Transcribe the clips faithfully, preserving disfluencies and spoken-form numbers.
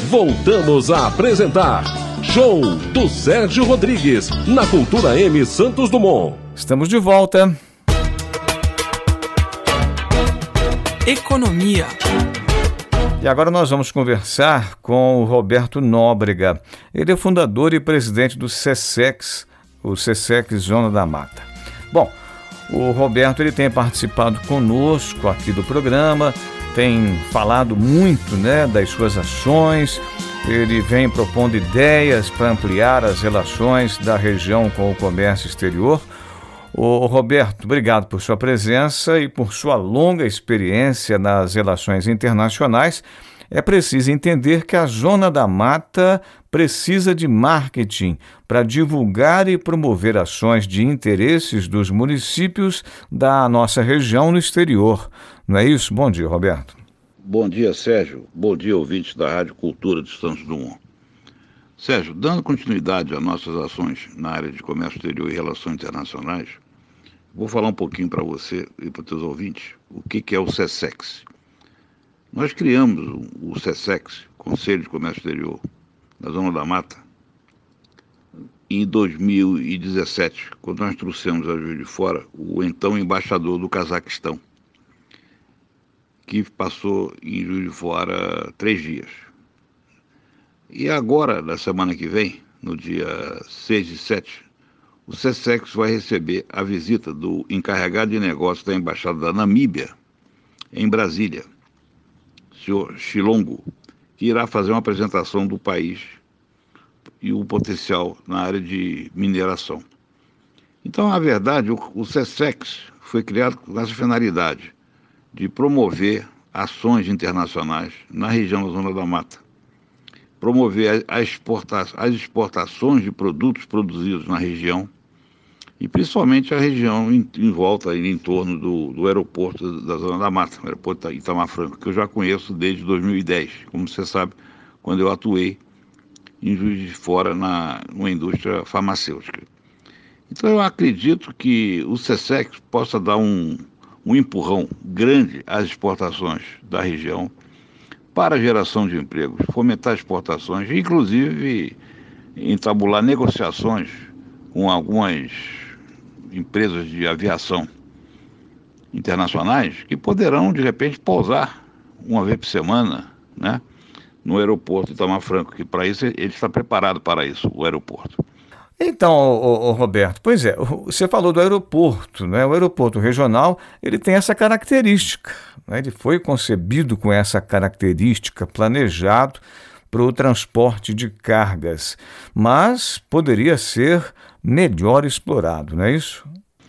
Voltamos a apresentar Show do Sérgio Rodrigues, na Cultura M Santos Dumont. Estamos de volta. Economia. E agora nós vamos conversar com o Roberto Nóbrega. Ele é fundador e presidente do SESEX, o SESEX Zona da Mata. Bom, o Roberto ele tem participado conosco aqui do programa, tem falado muito, né, das suas ações, ele vem propondo ideias para ampliar as relações da região com o comércio exterior. Ô, Roberto, obrigado por sua presença e por sua longa experiência nas relações internacionais. É preciso entender que a Zona da Mata precisa de marketing para divulgar e promover ações de interesses dos municípios da nossa região no exterior. Não é isso? Bom dia, Roberto. Bom dia, Sérgio. Bom dia, ouvintes da Rádio Cultura de Santos Dumont. Sérgio, dando continuidade às nossas ações na área de comércio exterior e relações internacionais, vou falar um pouquinho para você e para os teus ouvintes o que, que é o SESEX. Nós criamos o SESEX, Conselho de Comércio Exterior, na Zona da Mata, em dois mil e dezessete, quando nós trouxemos a Juiz de Fora o então embaixador do Cazaquistão, que passou em Juiz de Fora três dias. E agora, na semana que vem, no dia seis e sete, o SESEX vai receber a visita do encarregado de negócios da Embaixada da Namíbia, em Brasília, o senhor Chilongo, que irá fazer uma apresentação do país e o potencial na área de mineração. Então, na verdade, o, o SESEX foi criado com essa finalidade de promover ações internacionais na região da Zona da Mata, promover a exporta- as exportações de produtos produzidos na região e principalmente a região em, em volta, e em torno do, do aeroporto da Zona da Mata, o aeroporto de Itamar Franco, que eu já conheço desde dois mil e dez, como você sabe, quando eu atuei em Juiz de Fora na, numa indústria farmacêutica. Então eu acredito que o SESEX possa dar um, um empurrão grande às exportações da região, para a geração de empregos, fomentar exportações, inclusive entabular negociações com algumas empresas de aviação internacionais que poderão, de repente, pousar uma vez por semana, né, no aeroporto de Itamar Franco, que para isso ele está preparado para isso, o aeroporto. Então, ô, ô, Roberto, pois é, você falou do aeroporto, né? O aeroporto regional, ele tem essa característica, né? Ele foi concebido com essa característica, planejado para o transporte de cargas, mas poderia ser melhor explorado, não é isso?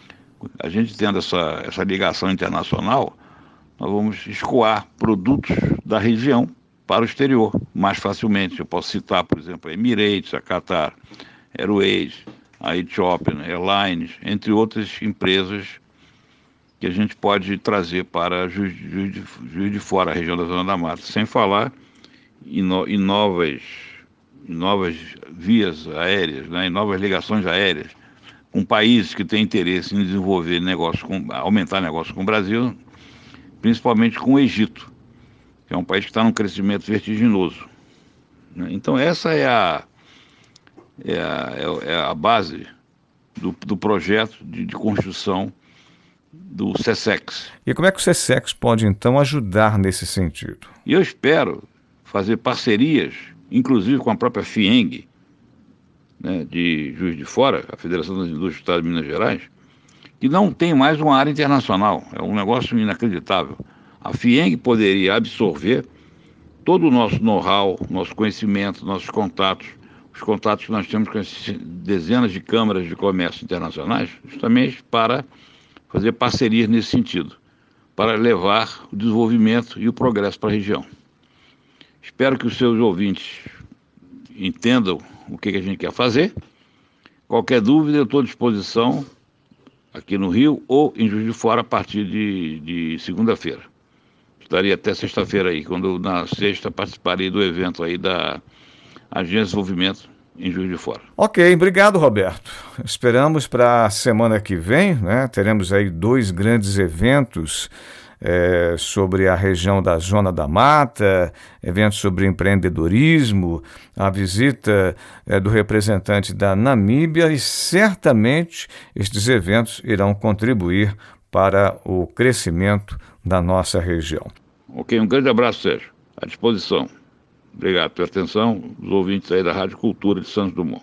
A gente tendo essa, essa ligação internacional, nós vamos escoar produtos da região para o exterior mais facilmente. Eu posso citar, por exemplo, a Emirates, a Qatar Airways, a Ethiopian Airlines, entre outras empresas que a gente pode trazer para Juiz, Juiz, de, Juiz de Fora, a região da Zona da Mata, sem falar em, no, em, novas, em novas vias aéreas, né, em novas ligações aéreas, com países que têm interesse em desenvolver negócio, com, aumentar negócio com o Brasil, principalmente com o Egito, que é um país que está num crescimento vertiginoso. Né? Então essa é a É a, é a base do, do projeto de, de construção do SESEX. E como é que o SESEX pode, então, ajudar nesse sentido? E eu espero fazer parcerias, inclusive com a própria FIENG, né, de Juiz de Fora, a Federação das Indústrias do Estado de Minas Gerais, que não tem mais uma área internacional. É um negócio inacreditável. A FIENG poderia absorver todo o nosso know-how, nosso conhecimento, nossos contatos, os contatos que nós temos com as dezenas de câmaras de comércio internacionais, justamente para fazer parcerias nesse sentido, para levar o desenvolvimento e o progresso para a região. Espero que os seus ouvintes entendam o que, que a gente quer fazer. Qualquer dúvida, eu estou à disposição aqui no Rio ou em Juiz de Fora a partir de, de segunda-feira. Estaria até sexta-feira aí, quando na sexta participarei do evento aí da Agência de Desenvolvimento em Juiz de Fora. Ok, obrigado, Roberto. Esperamos para a semana que vem, né? Teremos aí dois grandes eventos é, sobre a região da Zona da Mata, eventos sobre empreendedorismo, a visita é, do representante da Namíbia, e certamente estes eventos irão contribuir para o crescimento da nossa região. Ok, um grande abraço, Sérgio. À disposição. Obrigado pela atenção, os ouvintes aí da Rádio Cultura de Santos Dumont.